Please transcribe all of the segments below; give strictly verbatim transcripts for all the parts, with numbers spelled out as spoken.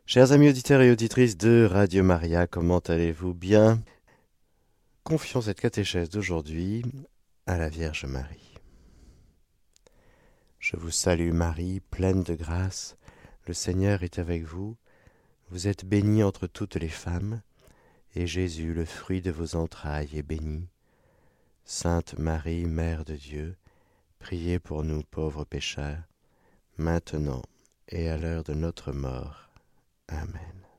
Chers amis auditeurs et auditrices de Radio Maria, comment allez-vous bien? Confions cette catéchèse d'aujourd'hui à la Vierge Marie. Je vous salue Marie, pleine de grâce, le Seigneur est avec vous. Vous êtes bénie entre toutes les femmes, et Jésus, le fruit de vos entrailles, est béni. Sainte Marie, Mère de Dieu, priez pour nous pauvres pécheurs, maintenant et à l'heure de notre mort. Amen.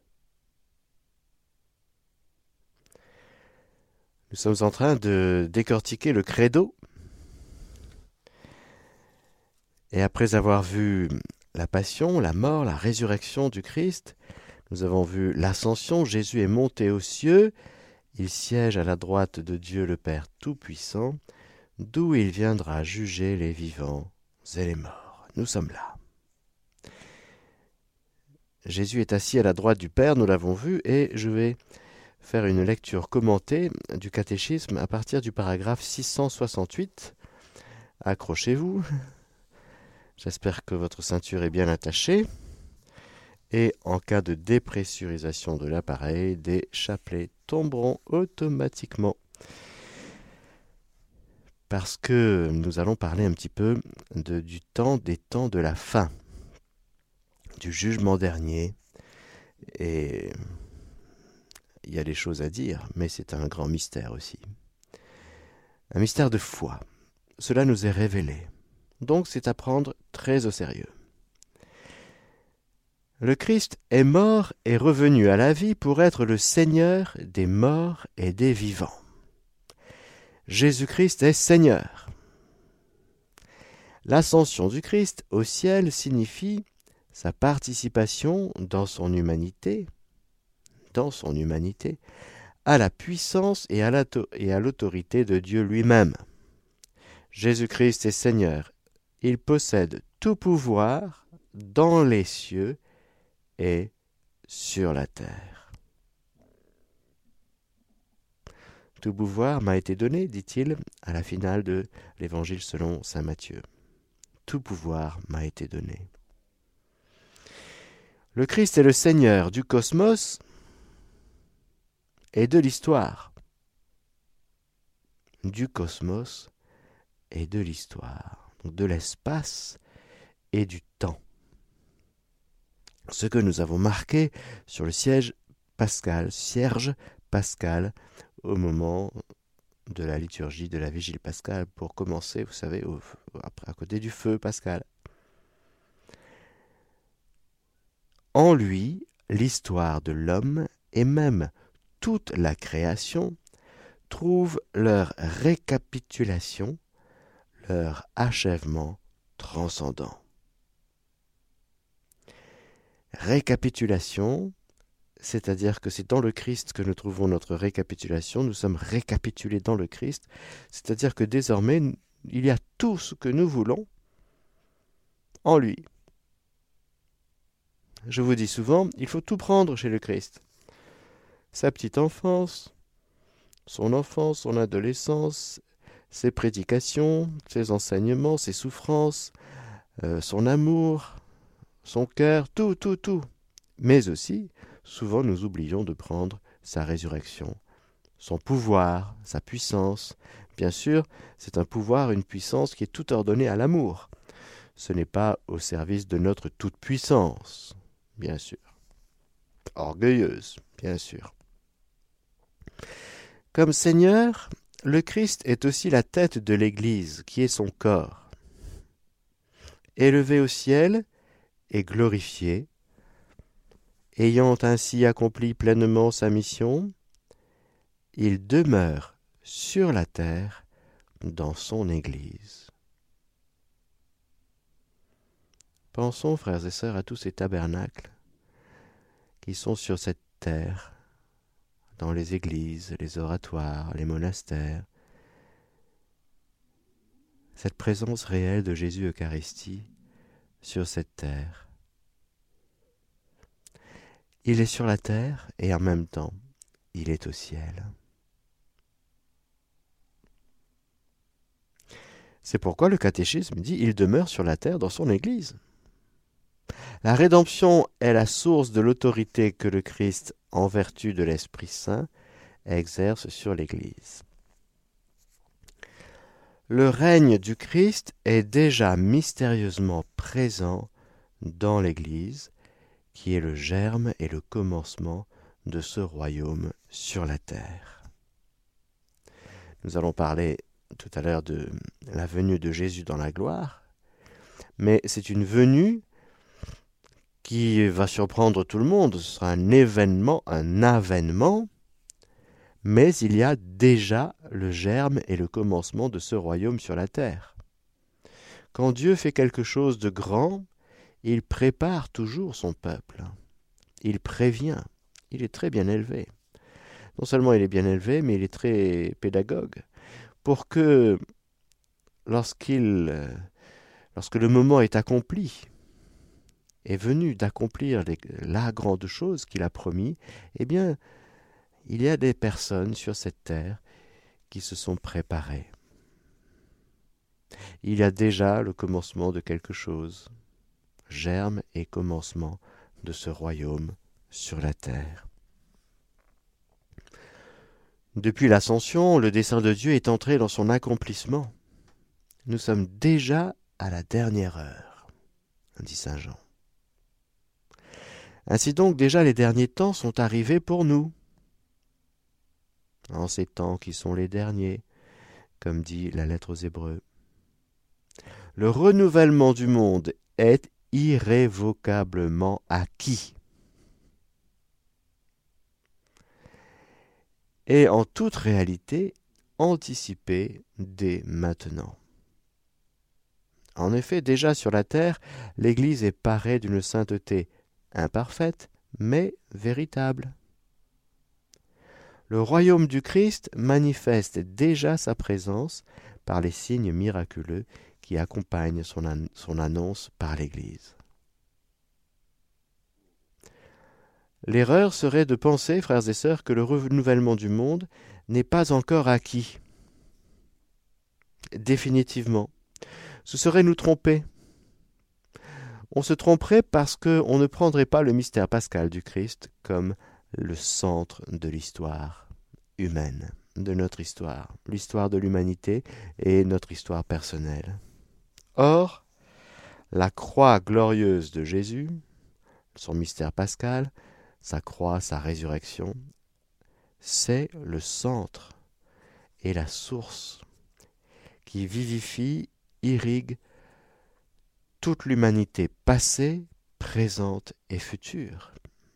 Nous sommes en train de décortiquer le credo. Et après avoir vu la passion, la mort, la résurrection du Christ, nous avons vu l'ascension. Jésus est monté aux cieux. Il siège à la droite de Dieu le Père Tout-Puissant, d'où il viendra juger les vivants et les morts. Nous sommes là. Jésus est assis à la droite du Père, nous l'avons vu, et je vais faire une lecture commentée du catéchisme à partir du paragraphe six cent soixante-huit. Accrochez-vous. J'espère que votre ceinture est bien attachée. Et en cas de dépressurisation de l'appareil, des chapelets tomberont automatiquement. Parce que nous allons parler un petit peu de, du temps, des temps de la fin, du jugement dernier. Et il y a des choses à dire, mais c'est un grand mystère aussi. Un mystère de foi. Cela nous est révélé. Donc c'est à prendre très au sérieux. Le Christ est mort et revenu à la vie pour être le Seigneur des morts et des vivants. Jésus-Christ est Seigneur. L'ascension du Christ au ciel signifie sa participation dans son humanité, dans son humanité, à la puissance et à l'autorité de Dieu lui-même. Jésus-Christ est Seigneur. Il possède tout pouvoir dans les cieux et sur la terre. Tout pouvoir m'a été donné, dit-il, à la finale de l'Évangile selon saint Matthieu. Tout pouvoir m'a été donné. Le Christ est le Seigneur du cosmos et de l'histoire. Du cosmos et de l'histoire. Donc de l'espace et du temps. Ce que nous avons marqué sur le siège pascal, cierge pascal, au moment de la liturgie de la Vigile pascale, pour commencer, vous savez, au, à côté du feu pascal. En lui, l'histoire de l'homme et même toute la création trouvent leur récapitulation, leur achèvement transcendant. Récapitulation, c'est-à-dire que c'est dans le Christ que nous trouvons notre récapitulation, nous sommes récapitulés dans le Christ, c'est-à-dire que désormais, il y a tout ce que nous voulons en lui. Je vous dis souvent, il faut tout prendre chez le Christ. Sa petite enfance, son enfance, son adolescence, ses prédications, ses enseignements, ses souffrances, euh, son amour, son cœur, tout, tout, tout. Mais aussi, souvent nous oublions de prendre sa résurrection, son pouvoir, sa puissance. Bien sûr, c'est un pouvoir, une puissance qui est tout ordonnée à l'amour. Ce n'est pas au service de notre toute-puissance, bien sûr. Orgueilleuse, bien sûr. Comme Seigneur, le Christ est aussi la tête de l'Église, qui est son corps. Élevé au ciel et glorifié, ayant ainsi accompli pleinement sa mission, il demeure sur la terre dans son Église. Pensons, frères et sœurs, à tous ces tabernacles qui sont sur cette terre, dans les églises, les oratoires, les monastères. Cette présence réelle de Jésus Eucharistie sur cette terre. Il est sur la terre et en même temps, il est au ciel. C'est pourquoi le catéchisme dit « Il demeure sur la terre dans son Église ». La rédemption est la source de l'autorité que le Christ, en vertu de l'Esprit Saint, exerce sur l'Église. Le règne du Christ est déjà mystérieusement présent dans l'Église, qui est le germe et le commencement de ce royaume sur la terre. Nous allons parler tout à l'heure de la venue de Jésus dans la gloire, mais c'est une venue qui va surprendre tout le monde. Ce sera un événement, un avènement, mais il y a déjà le germe et le commencement de ce royaume sur la terre. Quand Dieu fait quelque chose de grand, il prépare toujours son peuple. Il prévient. Il est très bien élevé. Non seulement il est bien élevé, mais il est très pédagogue. Pour que, lorsqu'il, lorsque le moment est accompli, est venu d'accomplir les, la grande chose qu'il a promis, eh bien, il y a des personnes sur cette terre qui se sont préparées. Il y a déjà le commencement de quelque chose, germe et commencement de ce royaume sur la terre. Depuis l'ascension, le dessein de Dieu est entré dans son accomplissement. Nous sommes déjà à la dernière heure, dit saint Jean. Ainsi donc, déjà les derniers temps sont arrivés pour nous. En ces temps qui sont les derniers, comme dit la lettre aux Hébreux. Le renouvellement du monde est irrévocablement acquis. Et en toute réalité, anticipé dès maintenant. En effet, déjà sur la terre, l'Église est parée d'une sainteté imparfaite, mais véritable. Le royaume du Christ manifeste déjà sa présence par les signes miraculeux qui accompagnent son, an- son annonce par l'Église. L'erreur serait de penser, frères et sœurs, que le renouvellement du monde n'est pas encore acquis. Définitivement. Ce serait nous tromper. On se tromperait parce qu'on ne prendrait pas le mystère pascal du Christ comme le centre de l'histoire humaine, de notre histoire, l'histoire de l'humanité et notre histoire personnelle. Or, la croix glorieuse de Jésus, son mystère pascal, sa croix, sa résurrection, c'est le centre et la source qui vivifie, irrigue toute l'humanité passée, présente et future.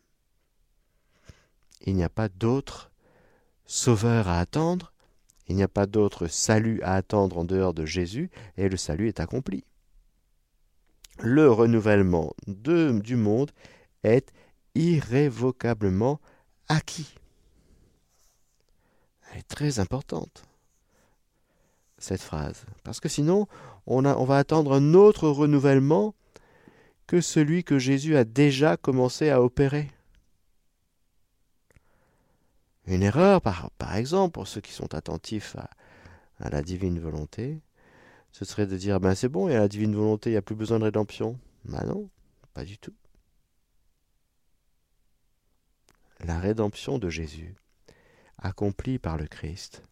Il n'y a pas d'autre sauveur à attendre, il n'y a pas d'autre salut à attendre en dehors de Jésus, et le salut est accompli. Le renouvellement de, du monde est irrévocablement acquis. Elle est très importante, cette phrase, parce que sinon, on, a, on va attendre un autre renouvellement que celui que Jésus a déjà commencé à opérer. Une erreur, par, par exemple, pour ceux qui sont attentifs à, à la divine volonté, ce serait de dire, ben c'est bon, il y a la divine volonté, il n'y a plus besoin de rédemption. Ben non, pas du tout. La rédemption de Jésus, accomplie par le Christ,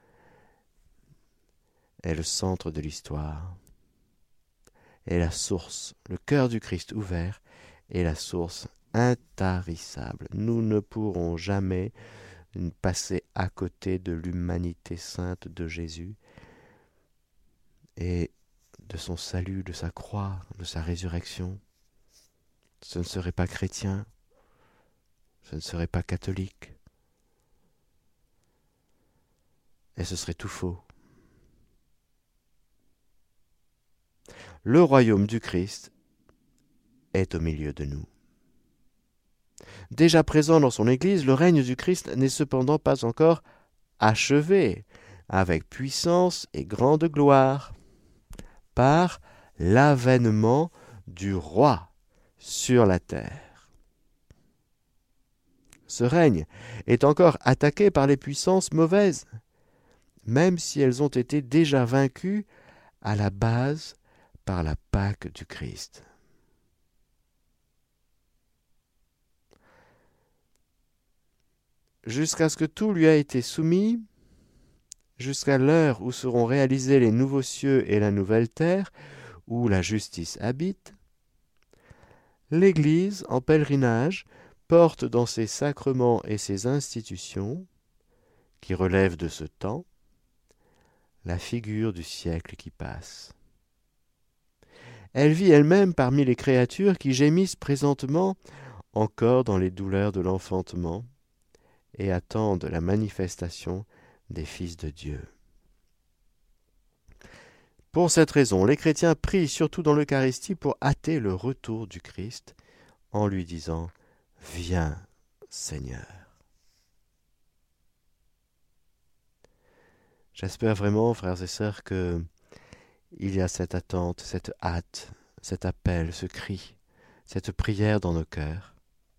est le centre de l'histoire, est la source, le cœur du Christ ouvert est la source intarissable. Nous ne pourrons jamais passer à côté de l'humanité sainte de Jésus et de son salut, de sa croix, de sa résurrection. Ce ne serait pas chrétien, ce ne serait pas catholique, et ce serait tout faux. Le royaume du Christ est au milieu de nous. Déjà présent dans son Église, le règne du Christ n'est cependant pas encore achevé, avec puissance et grande gloire, par l'avènement du roi sur la terre. Ce règne est encore attaqué par les puissances mauvaises, même si elles ont été déjà vaincues à la base par la Pâque du Christ. jusqu'à ce que tout lui ait été soumis, jusqu'à l'heure où seront réalisés les nouveaux cieux et la nouvelle terre, où la justice habite, l'Église, en pèlerinage, porte dans ses sacrements et ses institutions, qui relèvent de ce temps, la figure du siècle qui passe. Elle vit elle-même parmi les créatures qui gémissent présentement encore dans les douleurs de l'enfantement et attendent la manifestation des fils de Dieu. Pour cette raison, les chrétiens prient surtout dans l'Eucharistie pour hâter le retour du Christ en lui disant « Viens, Seigneur ». J'espère vraiment, frères et sœurs, que il y a cette attente, cette hâte, cet appel, ce cri, cette prière dans nos cœurs.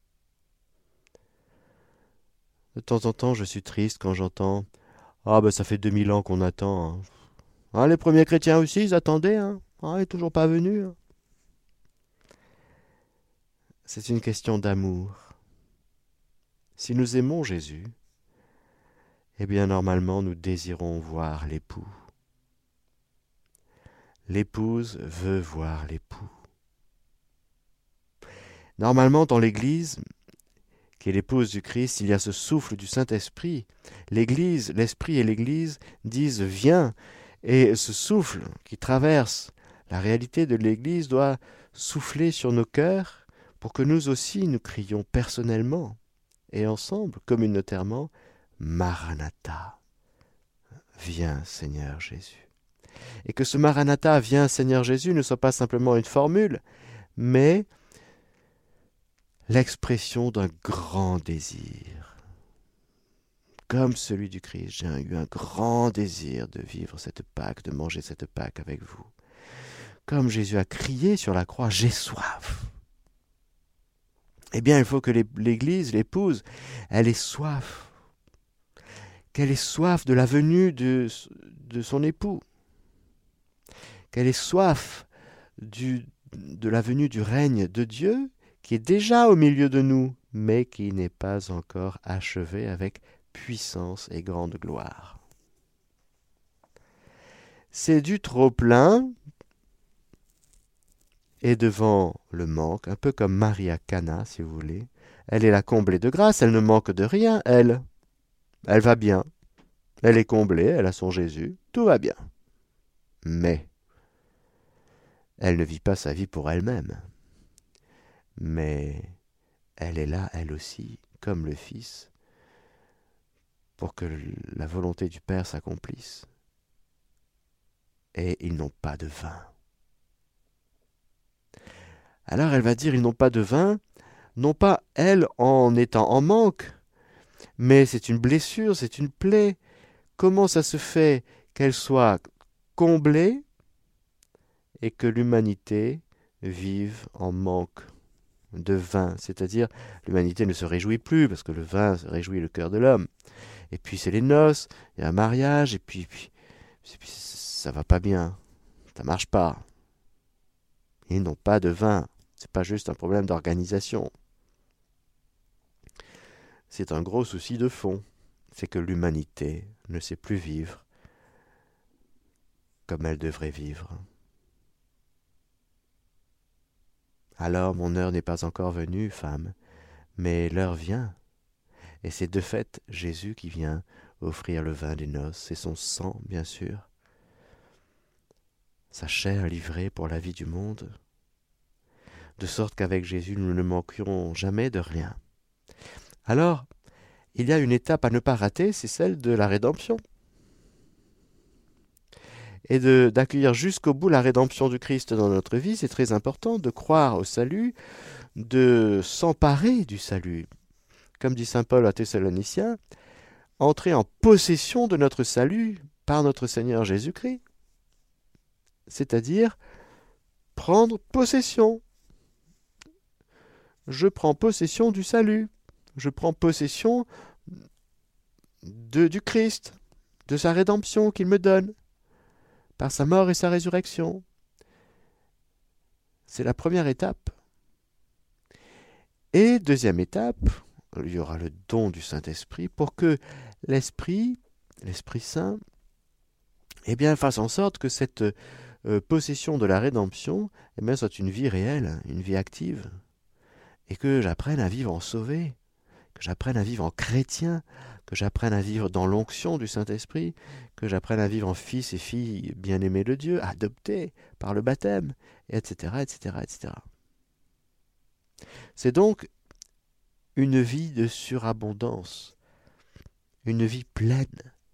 De temps en temps, je suis triste quand j'entends « Ah ben ça fait deux mille ans qu'on attend. Hein. Ah, les premiers chrétiens aussi, ils attendaient. Hein. Ah, il n'est toujours pas venu. Hein. » C'est une question d'amour. Si nous aimons Jésus, eh bien normalement nous désirons voir l'époux. L'épouse veut voir l'époux. Normalement dans l'Église, qui est l'épouse du Christ, il y a ce souffle du Saint-Esprit. L'Église, l'Esprit et l'Église disent « viens ». Et ce souffle qui traverse la réalité de l'Église doit souffler sur nos cœurs pour que nous aussi nous crions personnellement et ensemble, communautairement, « Maranatha ». Viens Seigneur Jésus. Et que ce Maranatha, viens Seigneur Jésus, ne soit pas simplement une formule, mais l'expression d'un grand désir. Comme celui du Christ, j'ai eu un grand désir de vivre cette Pâque, de manger cette Pâque avec vous. Comme Jésus a crié sur la croix, j'ai soif. Eh bien, il faut que l'Église, l'épouse, elle ait soif. Qu'elle ait soif de la venue de, de son époux. Qu'elle ait soif du, de la venue du règne de Dieu, qui est déjà au milieu de nous, mais qui n'est pas encore achevé avec puissance et grande gloire. C'est du trop-plein, et devant le manque, un peu comme Marie à Cana, si vous voulez, elle est la comblée de grâce, elle ne manque de rien, elle. Elle va bien, elle est comblée, elle a son Jésus, tout va bien. Mais elle ne vit pas sa vie pour elle-même. Mais elle est là, elle aussi, comme le Fils, pour que la volonté du Père s'accomplisse. Et ils n'ont pas de vin. Alors elle va dire, ils n'ont pas de vin, non pas elle en étant en manque, mais c'est une blessure, c'est une plaie. Comment ça se fait qu'elle soit comblée et que l'humanité vive en manque de vin, c'est-à-dire l'humanité ne se réjouit plus, parce que le vin réjouit le cœur de l'homme. Et puis c'est les noces, il y a un mariage, et puis, puis, puis ça va pas bien, ça marche pas. Ils n'ont pas de vin, c'est pas juste un problème d'organisation. C'est un gros souci de fond, c'est que l'humanité ne sait plus vivre comme elle devrait vivre. Alors mon heure n'est pas encore venue, femme, mais l'heure vient. Et c'est de fait Jésus qui vient offrir le vin des noces. C'est son sang, bien sûr, sa chair livrée pour la vie du monde, de sorte qu'avec Jésus, nous ne manquions jamais de rien. Alors, il y a une étape à ne pas rater, c'est celle de la rédemption. Et de, d'accueillir jusqu'au bout la rédemption du Christ dans notre vie, c'est très important de croire au salut, de s'emparer du salut. Comme dit saint Paul à Thessaloniciens, entrer en possession de notre salut par notre Seigneur Jésus-Christ. C'est-à-dire prendre possession. Je prends possession du salut. Je prends possession de, du Christ, de sa rédemption qu'il me donne, par sa mort et sa résurrection. C'est la première étape. Et deuxième étape, il y aura le don du Saint-Esprit pour que l'Esprit, l'Esprit Saint, eh bien, fasse en sorte que cette euh, possession de la rédemption eh bien, soit une vie réelle, une vie active, et que j'apprenne à vivre en sauvé, que j'apprenne à vivre en chrétien, que j'apprenne à vivre dans l'onction du Saint-Esprit, que j'apprenne à vivre en fils et filles bien-aimés de Dieu, adoptés par le baptême, et cetera, et cetera, et cetera. C'est donc une vie de surabondance, une vie pleine,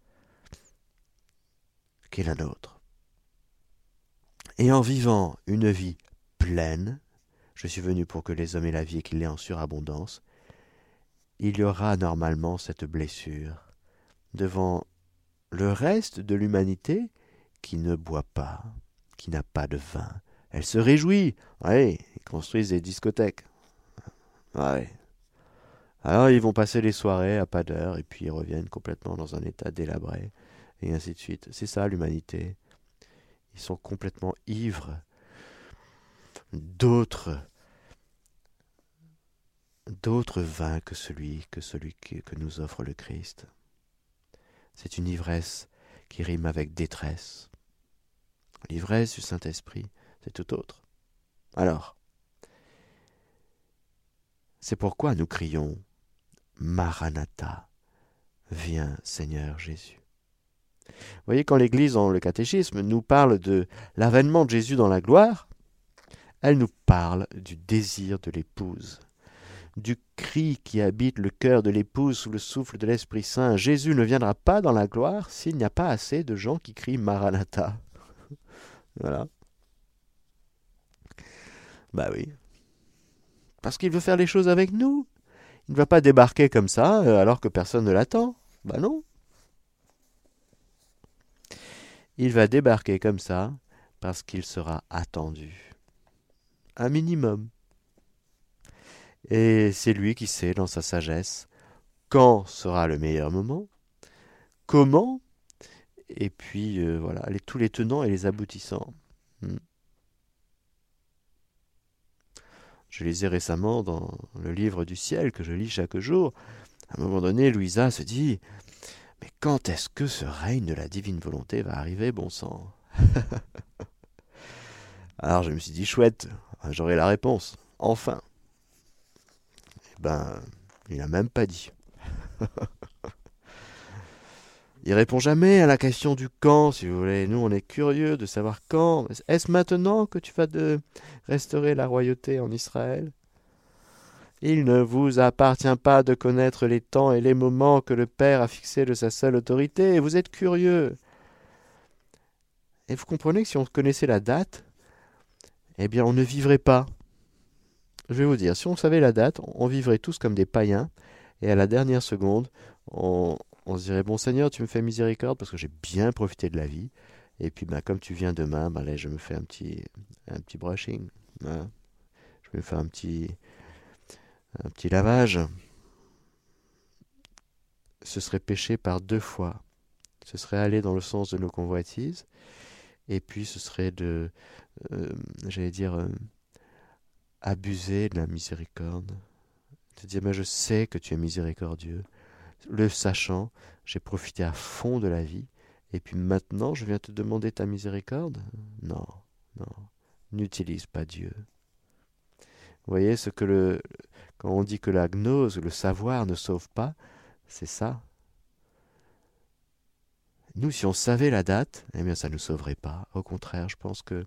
qui est la nôtre. Et en vivant une vie pleine, je suis venu pour que les hommes aient la vie et qu'ils l'aient en surabondance, il y aura normalement cette blessure devant le reste de l'humanité qui ne boit pas, qui n'a pas de vin. Elle se réjouit. Oui, ils construisent des discothèques. Ouais. Alors ils vont passer les soirées à pas d'heure et puis ils reviennent complètement dans un état délabré et ainsi de suite. C'est ça l'humanité. Ils sont complètement ivres d'autres d'autres vins que celui que celui que, que nous offre le Christ. C'est une ivresse qui rime avec détresse. L'ivresse du Saint-Esprit, c'est tout autre. Alors, c'est pourquoi nous crions « Maranatha, viens Seigneur Jésus ». Vous voyez, quand l'Église, dans le catéchisme, nous parle de l'avènement de Jésus dans la gloire, elle nous parle du désir de l'épouse, du cri qui habite le cœur de l'épouse sous le souffle de l'Esprit Saint. Jésus ne viendra pas dans la gloire s'il n'y a pas assez de gens qui crient « Maranatha ». Voilà. Bah oui. Parce qu'il veut faire les choses avec nous. Il ne va pas débarquer comme ça euh, alors que personne ne l'attend. Bah non. Il va débarquer comme ça parce qu'il sera attendu. Un minimum. Et c'est lui qui sait, dans sa sagesse, quand sera le meilleur moment, comment, et puis euh, voilà, les, tous les tenants et les aboutissants. Hmm. Je lisais récemment dans le livre du ciel que je lis chaque jour. À un moment donné, Louisa se dit « Mais quand est-ce que ce règne de la divine volonté va arriver, bon sang ?» Alors je me suis dit « Chouette, j'aurai la réponse, enfin !» Eh ben, il n'a même pas dit. Il répond jamais à la question du quand, si vous voulez. Nous, on est curieux de savoir quand. Est-ce maintenant que tu vas de restaurer la royauté en Israël ? Il ne vous appartient pas de connaître les temps et les moments que le Père a fixés de sa seule autorité, et vous êtes curieux. Et vous comprenez que si on connaissait la date, eh bien, on ne vivrait pas. Je vais vous dire, si on savait la date, on vivrait tous comme des païens, et à la dernière seconde, on... on se dirait, bon Seigneur, tu me fais miséricorde parce que j'ai bien profité de la vie. Et puis, ben, comme tu viens demain, ben, là, je me fais un petit, un petit brushing. Hein. Je me fais un petit, un petit lavage. Ce serait pécher par deux fois. Ce serait aller dans le sens de nos convoitises. Et puis, ce serait de, euh, j'allais dire, euh, abuser de la miséricorde. De dire, mais je sais que tu es miséricordieux. Le sachant, j'ai profité à fond de la vie, et puis maintenant je viens te demander ta miséricorde ? Non, non, n'utilise pas Dieu. Vous voyez, ce que le, quand on dit que la gnose, le savoir ne sauve pas, c'est ça. Nous, si on savait la date, eh bien ça ne nous sauverait pas. Au contraire, je pense que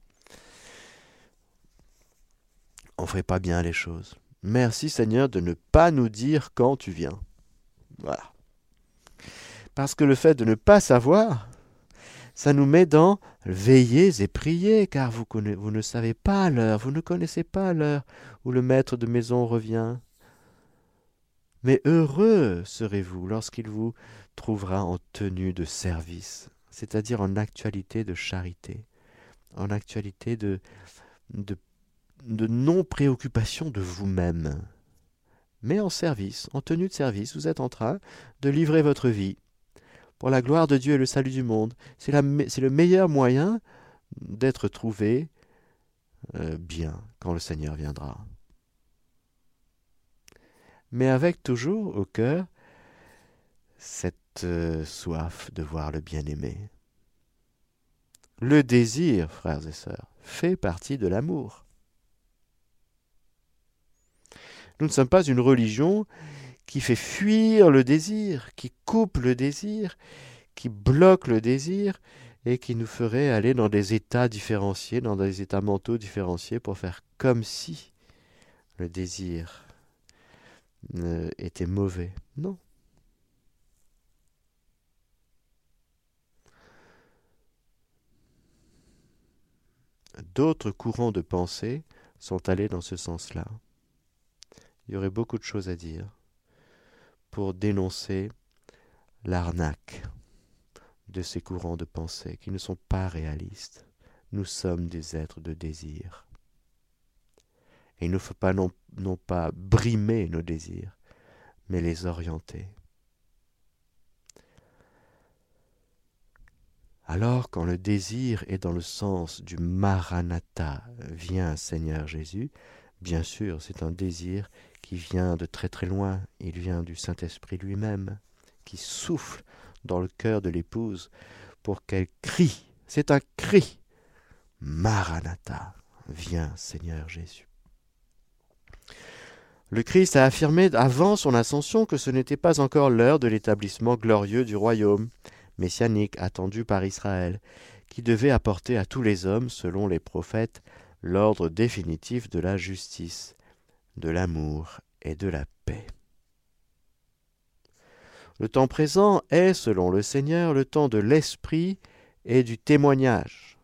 on ne ferait pas bien les choses. Merci Seigneur de ne pas nous dire quand tu viens. Voilà. Parce que le fait de ne pas savoir, ça nous met dans veillez et priez, car vous, conna... vous ne savez pas l'heure, vous ne connaissez pas l'heure où le maître de maison revient. Mais heureux serez-vous lorsqu'il vous trouvera en tenue de service, c'est-à-dire en actualité de charité, en actualité de, de, de non-préoccupation de vous-même, mais en service, en tenue de service. Vous êtes en train de livrer votre vie pour la gloire de Dieu et le salut du monde. C'est, la, c'est le meilleur moyen d'être trouvé euh, bien quand le Seigneur viendra. mais avec toujours au cœur cette euh, soif de voir le bien-aimé. Le désir, frères et sœurs, fait partie de l'amour. Nous ne sommes pas une religion qui fait fuir le désir, qui coupe le désir, qui bloque le désir et qui nous ferait aller dans des états différenciés, dans des états mentaux différenciés pour faire comme si le désir euh, était mauvais. Non. D'autres courants de pensée sont allés dans ce sens-là. Il y aurait beaucoup de choses à dire pour dénoncer l'arnaque de ces courants de pensée qui ne sont pas réalistes. Nous sommes des êtres de désir. Et il ne faut pas non, non pas brimer nos désirs, mais les orienter. Alors, quand le désir est dans le sens du Maranatha, viens Seigneur Jésus, bien sûr, c'est un désir qui vient de très très loin, il vient du Saint-Esprit lui-même, qui souffle dans le cœur de l'épouse pour qu'elle crie, c'est un cri, Maranatha, viens Seigneur Jésus. Le Christ a affirmé avant son ascension que ce n'était pas encore l'heure de l'établissement glorieux du royaume messianique attendu par Israël, qui devait apporter à tous les hommes, selon les prophètes, l'ordre définitif de la justice, de l'amour et de la paix. Le temps présent est, selon le Seigneur, le temps de l'esprit et du témoignage.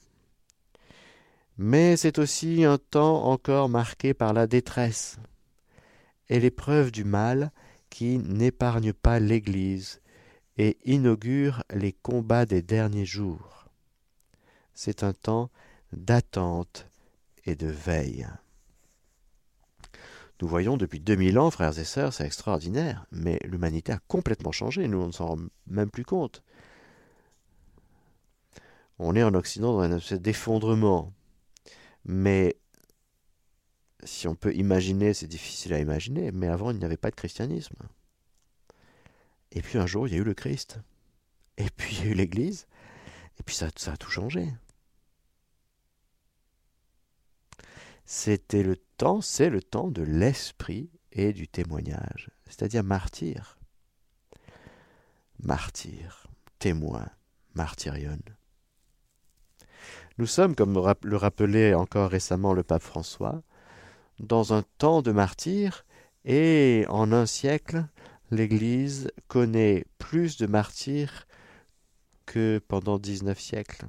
Mais c'est aussi un temps encore marqué par la détresse et l'épreuve du mal qui n'épargne pas l'Église et inaugure les combats des derniers jours. C'est un temps d'attente et de veille. Nous voyons depuis deux mille ans, frères et sœurs, c'est extraordinaire, mais l'humanité a complètement changé, nous on ne s'en rend même plus compte. On est en Occident dans un espèce d'effondrement, mais si on peut imaginer, c'est difficile à imaginer, mais avant il n'y avait pas de christianisme. Et puis un jour, il y a eu le Christ. Et puis il y a eu l'Église. Et puis ça, ça a tout changé. C'était le temps, c'est le temps de l'esprit et du témoignage. C'est-à-dire martyr. Martyr, témoin, martyrion. Nous sommes, comme le rappelait encore récemment le pape François, dans un temps de martyrs et en un siècle, l'Église connaît plus de martyrs que pendant dix-neuf siècles.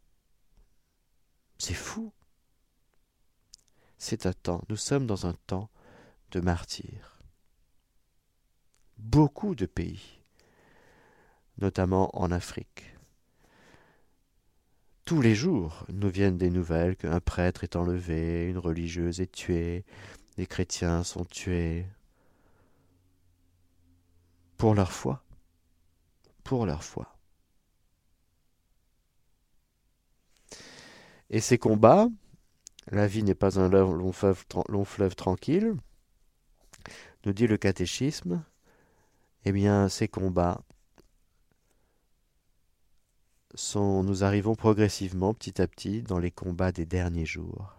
C'est fou. C'est un temps, nous sommes dans un temps de martyrs. Beaucoup de pays, notamment en Afrique. Tous les jours nous viennent des nouvelles qu'un prêtre est enlevé, une religieuse est tuée, des chrétiens sont tués pour leur foi. Pour leur foi. Et ces combats, la vie n'est pas un long fleuve, long fleuve tranquille, nous dit le catéchisme, eh bien ces combats sont, nous arrivons progressivement, petit à petit, dans les combats des derniers jours.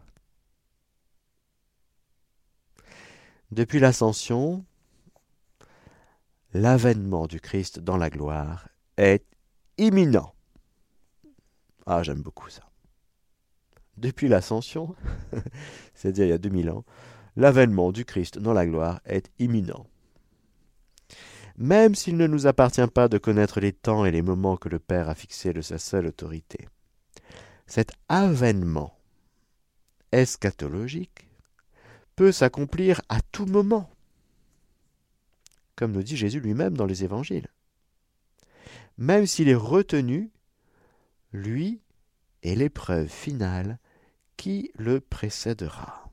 Depuis l'ascension, l'avènement du Christ dans la gloire est imminent. Ah, j'aime beaucoup ça. Depuis l'ascension, c'est-à-dire il y a deux mille ans, l'avènement du Christ dans la gloire est imminent. Même s'il ne nous appartient pas de connaître les temps et les moments que le Père a fixés de sa seule autorité, cet avènement eschatologique peut s'accomplir à tout moment, comme nous dit Jésus lui-même dans les évangiles. Même s'il est retenu, lui est l'épreuve finale qui le précédera.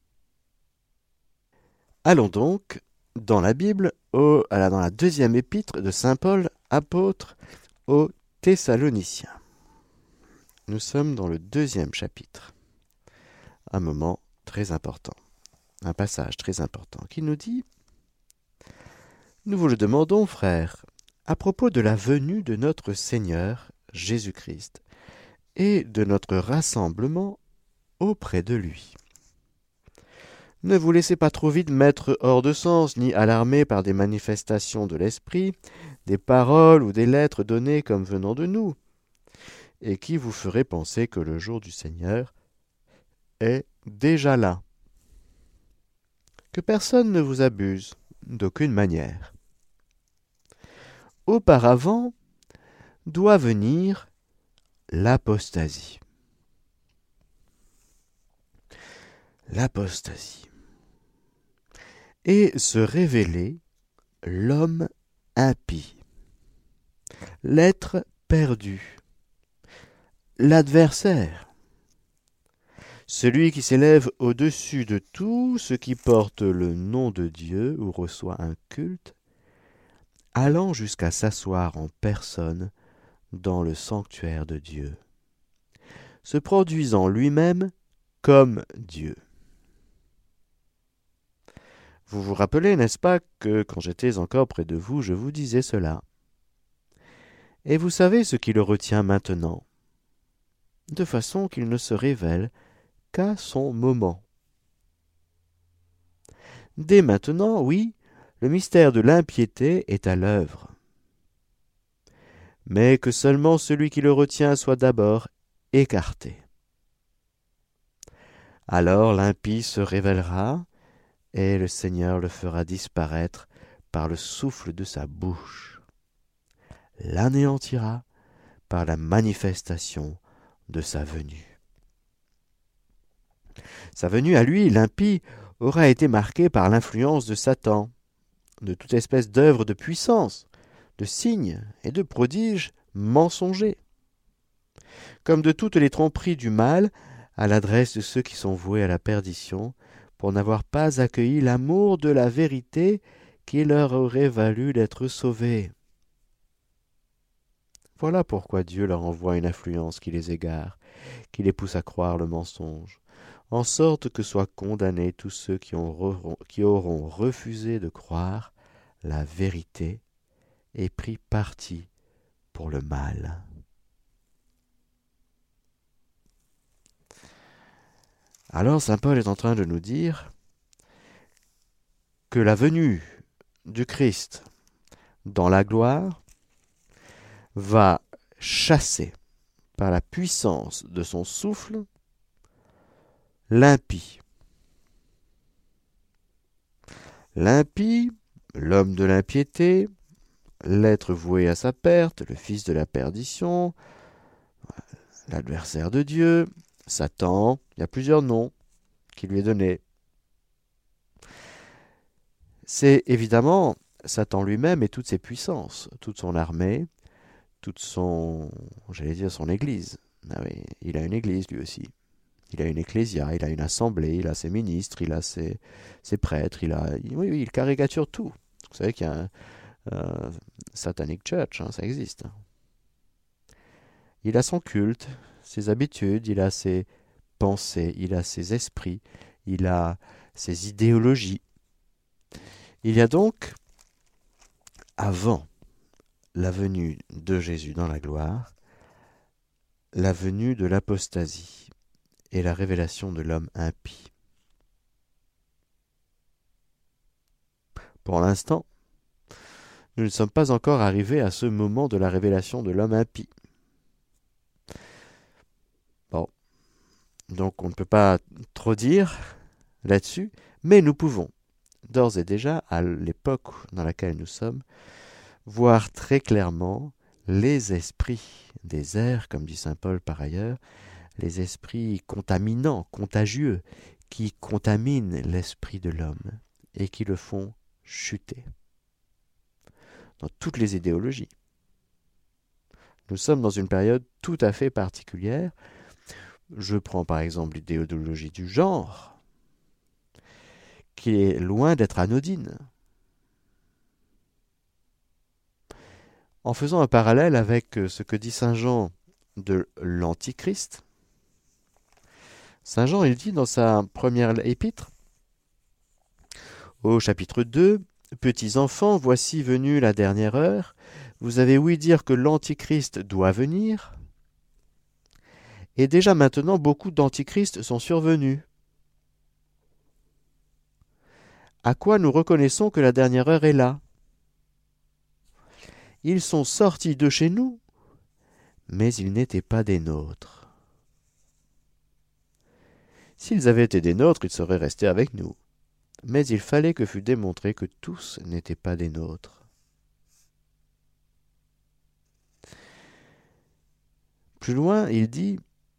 Allons donc dans la Bible, au, dans la deuxième épître de saint Paul, apôtre aux Thessaloniciens. Nous sommes dans le deuxième chapitre. Un moment très important, un passage très important qui nous dit Nous vous le demandons, frères, à propos de la venue de notre Seigneur Jésus-Christ et de notre rassemblement auprès de lui. Ne vous laissez pas trop vite mettre hors de sens, ni alarmer par des manifestations de l'esprit, des paroles ou des lettres données comme venant de nous, et qui vous feraient penser que le jour du Seigneur est déjà là. Que personne ne vous abuse d'aucune manière. Auparavant doit venir l'apostasie. L'apostasie. Et se révéler l'homme impie, l'être perdu, l'adversaire, celui qui s'élève au-dessus de tout ce qui porte le nom de Dieu ou reçoit un culte, allant jusqu'à s'asseoir en personne dans le sanctuaire de Dieu, se produisant lui-même comme Dieu. Vous vous rappelez, n'est-ce pas, que quand j'étais encore près de vous, je vous disais cela. Et vous savez ce qui le retient maintenant, de façon qu'il ne se révèle qu'à son moment. Dès maintenant, oui, le mystère de l'impiété est à l'œuvre, mais que seulement celui qui le retient soit d'abord écarté. Alors l'impie se révélera, et le Seigneur le fera disparaître par le souffle de sa bouche, l'anéantira par la manifestation de sa venue. Sa venue à lui, l'impie, aura été marquée par l'influence de Satan, de toute espèce d'œuvre de puissance, de signes et de prodiges mensongers, comme de toutes les tromperies du mal à l'adresse de ceux qui sont voués à la perdition, pour n'avoir pas accueilli l'amour de la vérité qui leur aurait valu d'être sauvés. Voilà pourquoi Dieu leur envoie une influence qui les égare, qui les pousse à croire le mensonge, en sorte que soient condamnés tous ceux qui, ont, qui auront refusé de croire la vérité et pris parti pour le mal. Alors saint Paul est en train de nous dire que la venue du Christ dans la gloire va chasser par la puissance de son souffle l'impie. L'impie, l'homme de l'impiété, l'être voué à sa perte, le fils de la perdition, l'adversaire de Dieu, Satan, il y a plusieurs noms qui lui est donné. C'est évidemment Satan lui-même et toutes ses puissances, toute son armée, toute son, j'allais dire son église. Ah oui, il a une église lui aussi. Il a une ecclésia, il a une assemblée, il a ses ministres, il a ses, ses prêtres, il a, oui, oui, il caricature tout. Vous savez qu'il y a un euh, Satanic Church, hein, ça existe. Il a son culte, ses habitudes, il a ses pensées, il a ses esprits, il a ses idéologies. Il y a donc, avant la venue de Jésus dans la gloire, la venue de l'apostasie et la révélation de l'homme impie. Pour l'instant, nous ne sommes pas encore arrivés à ce moment de la révélation de l'homme impie. Bon, donc on ne peut pas trop dire là-dessus, mais nous pouvons, d'ores et déjà, à l'époque dans laquelle nous sommes, voir très clairement les esprits des airs, comme dit saint Paul par ailleurs, les esprits contaminants, contagieux, qui contaminent l'esprit de l'homme et qui le font chuter. Dans toutes les idéologies. Nous sommes dans une période tout à fait particulière. Je prends par exemple l'idéologie du genre, qui est loin d'être anodine. En faisant un parallèle avec ce que dit saint Jean de l'Antichrist, saint Jean, il dit dans sa première épître, au chapitre deux, petits enfants, voici venue la dernière heure. Vous avez ouï dire que l'Antichrist doit venir. Et déjà maintenant, beaucoup d'antichrists sont survenus. À quoi nous reconnaissons que la dernière heure est là? Ils sont sortis de chez nous, mais ils n'étaient pas des nôtres. S'ils avaient été des nôtres, ils seraient restés avec nous. Mais il fallait que fût démontré que tous n'étaient pas des nôtres. Plus loin, il dit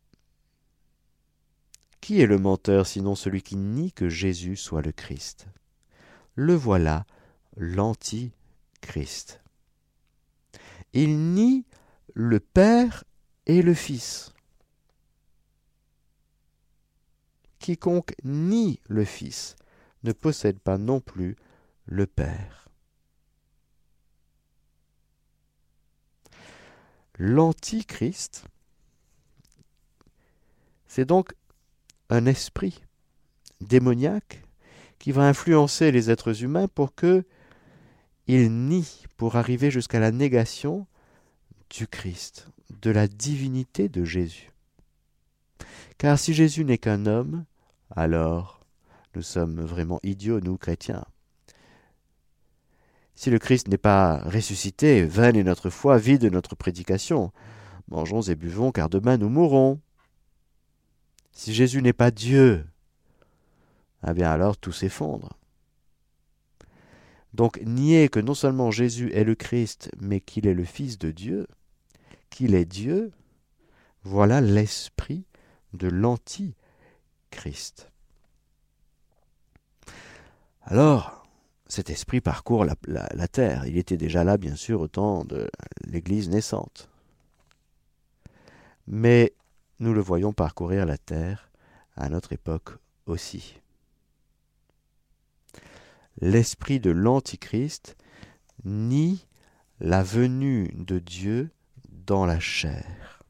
« Qui est le menteur sinon celui qui nie que Jésus soit le Christ? Le voilà, l'Antichrist. Il nie le Père et le Fils. Quiconque nie le Fils ne possède pas non plus le Père. L'Antichrist, c'est donc un esprit démoniaque qui va influencer les êtres humains pour que ils nient, pour arriver jusqu'à la négation du Christ, de la divinité de Jésus. Car si Jésus n'est qu'un homme, alors nous sommes vraiment idiots, nous chrétiens. Si le Christ n'est pas ressuscité, vaine est notre foi, vide notre prédication. Mangeons et buvons, car demain nous mourrons. Si Jésus n'est pas Dieu, eh bien alors tout s'effondre. Donc nier que non seulement Jésus est le Christ, mais qu'il est le Fils de Dieu, qu'il est Dieu, voilà l'esprit de l'Antichrist. Alors, cet esprit parcourt la, la, la terre. Il était déjà là, bien sûr, au temps de l'Église naissante. Mais nous le voyons parcourir la terre à notre époque aussi. L'esprit de l'Antichrist nie la venue de Dieu dans la chair.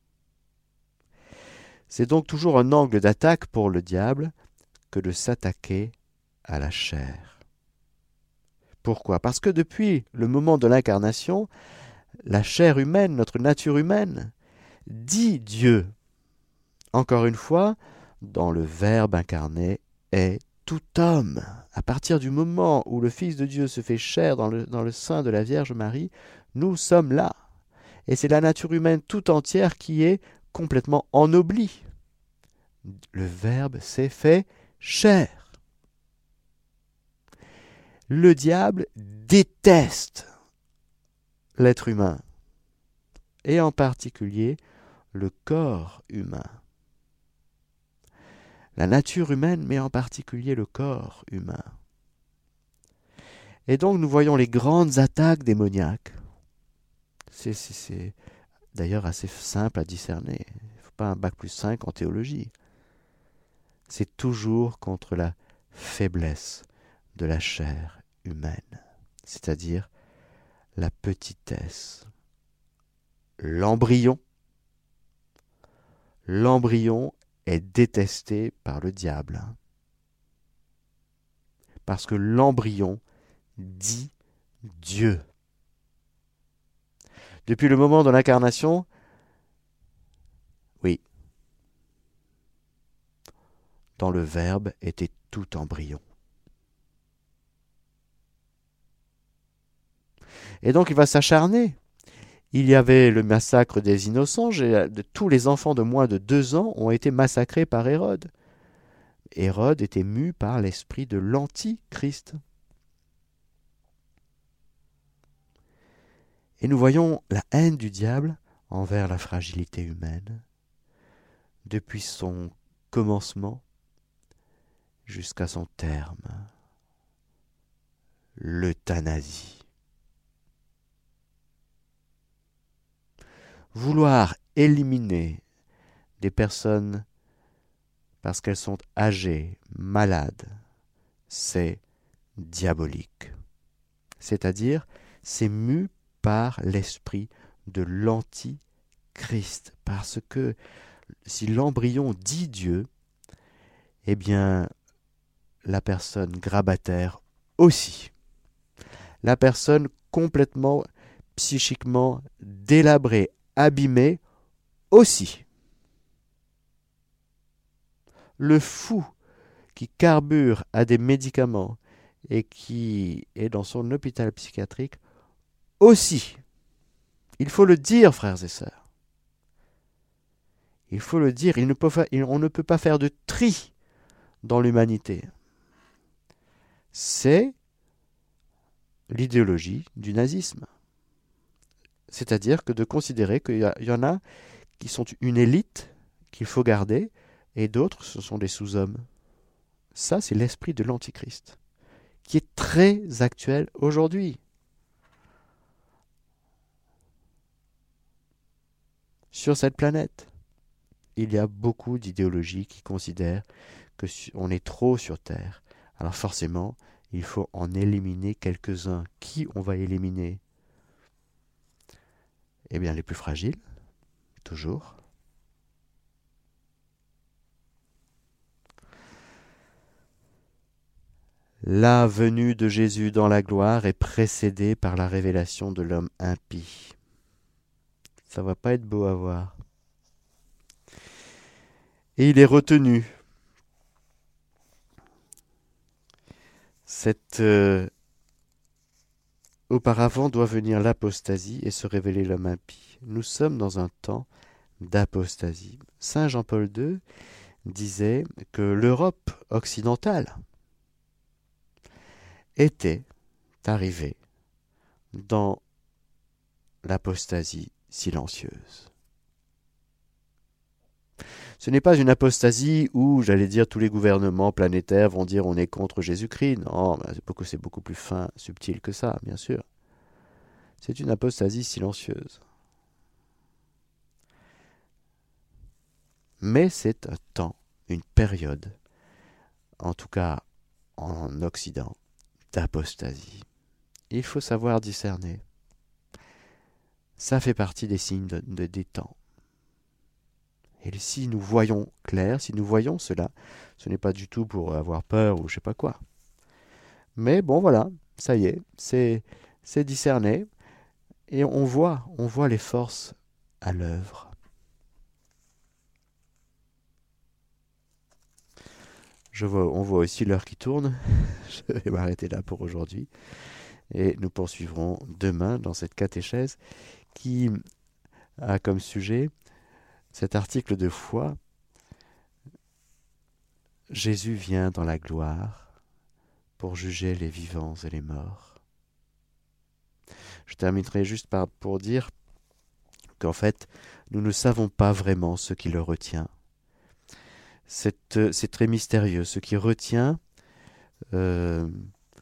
C'est donc toujours un angle d'attaque pour le diable que de s'attaquer à la chair. Pourquoi? Parce que depuis le moment de l'incarnation, la chair humaine, notre nature humaine, dit Dieu. Encore une fois, dans le Verbe incarné est tout homme. À partir du moment où le Fils de Dieu se fait chair dans le, dans le sein de la Vierge Marie, nous sommes là. Et c'est la nature humaine tout entière qui est complètement ennoblie. Le Verbe s'est fait chair. Le diable déteste l'être humain, et en particulier le corps humain. La nature humaine, mais en particulier le corps humain. Et donc nous voyons les grandes attaques démoniaques. C'est, c'est, c'est d'ailleurs assez simple à discerner. Il ne faut pas un bac plus cinq en théologie. C'est toujours contre la faiblesse de la chair humaine, c'est-à-dire la petitesse, l'embryon. L'embryon est détesté par le diable, parce que l'embryon dit Dieu. Depuis le moment de l'incarnation, oui, dans le Verbe était tout embryon. Et donc il va s'acharner. Il y avait le massacre des innocents, de tous les enfants de moins de deux ans ont été massacrés par Hérode. Hérode était mu par l'esprit de l'Antichrist. Et nous voyons la haine du diable envers la fragilité humaine, depuis son commencement jusqu'à son terme, l'euthanasie. Vouloir éliminer des personnes parce qu'elles sont âgées, malades, c'est diabolique. C'est-à-dire, c'est mu par l'esprit de l'Antichrist. Parce que si l'embryon dit Dieu, eh bien, la personne grabataire aussi. la personne complètement psychiquement délabrée, abîmée aussi. Le fou qui carbure à des médicaments et qui est dans son hôpital psychiatrique aussi. Il faut le dire, frères et sœurs. Il faut le dire, il ne peut fa- il- on ne peut pas faire de tri dans l'humanité. C'est l'idéologie du nazisme. C'est-à-dire que de considérer qu'il y, a, il y en a qui sont une élite qu'il faut garder et d'autres, ce sont des sous-hommes. Ça, c'est l'esprit de l'Antichrist, qui est très actuel aujourd'hui. Sur cette planète, il y a beaucoup d'idéologies qui considèrent qu'on est trop sur Terre. Alors forcément, il faut en éliminer quelques-uns. Qui on va éliminer? Eh bien, les plus fragiles, toujours. La venue de Jésus dans la gloire est précédée par la révélation de l'homme impie. Ça va pas être beau à voir. Et il est retenu. Cette, euh, auparavant doit venir l'apostasie et se révéler l'homme impie. Nous sommes dans un temps d'apostasie. Saint Jean-Paul deux disait que l'Europe occidentale était arrivée dans l'apostasie silencieuse. Ce n'est pas une apostasie où, j'allais dire, tous les gouvernements planétaires vont dire on est contre Jésus-Christ. Non, c'est beaucoup, c'est beaucoup plus fin, subtil que ça, bien sûr. C'est une apostasie silencieuse. Mais c'est un temps, une période, en tout cas en Occident, d'apostasie. Il faut savoir discerner. Ça fait partie des signes de, de, des temps. Et si nous voyons clair, si nous voyons cela, ce n'est pas du tout pour avoir peur ou je sais pas quoi. Mais bon, voilà, ça y est, c'est, c'est discerné. Et on voit, on voit les forces à l'œuvre. Je vois, on voit aussi l'heure qui tourne. Je vais m'arrêter là pour aujourd'hui. Et nous poursuivrons demain dans cette catéchèse qui a comme sujet cet article de foi. Jésus vient dans la gloire pour juger les vivants et les morts. Je terminerai juste par, pour dire qu'en fait, nous ne savons pas vraiment ce qui le retient. C'est, c'est très mystérieux. Ce qui retient euh,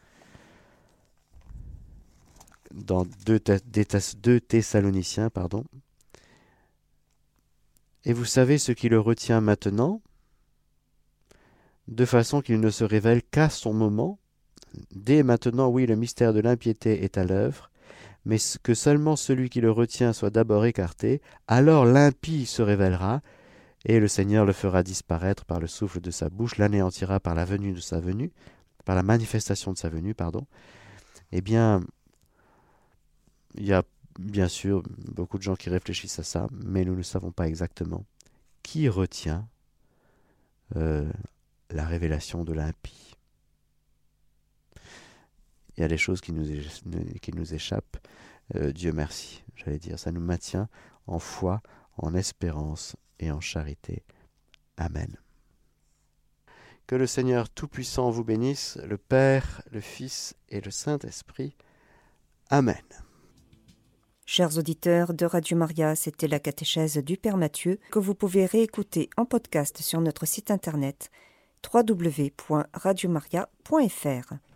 dans deux Thessaloniciens, pardon. Et vous savez ce qui le retient maintenant, de façon qu'il ne se révèle qu'à son moment. Dès maintenant, oui, le mystère de l'impiété est à l'œuvre, mais que seulement celui qui le retient soit d'abord écarté, alors l'impie se révélera, et le Seigneur le fera disparaître par le souffle de sa bouche, l'anéantira par la venue de sa venue, par la manifestation de sa venue, pardon. Eh bien, il y a bien sûr beaucoup de gens qui réfléchissent à ça, mais nous ne savons pas exactement qui retient euh, la révélation de l'impie. Il y a des choses qui nous, é- qui nous échappent, euh, Dieu merci, j'allais dire. Ça nous maintient en foi, en espérance et en charité. Amen. Que le Seigneur Tout-Puissant vous bénisse, le Père, le Fils et le Saint-Esprit. Amen. Chers auditeurs de Radio Maria, c'était la catéchèse du Père Mathieu que vous pouvez réécouter en podcast sur notre site internet w w w point radio maria point f r.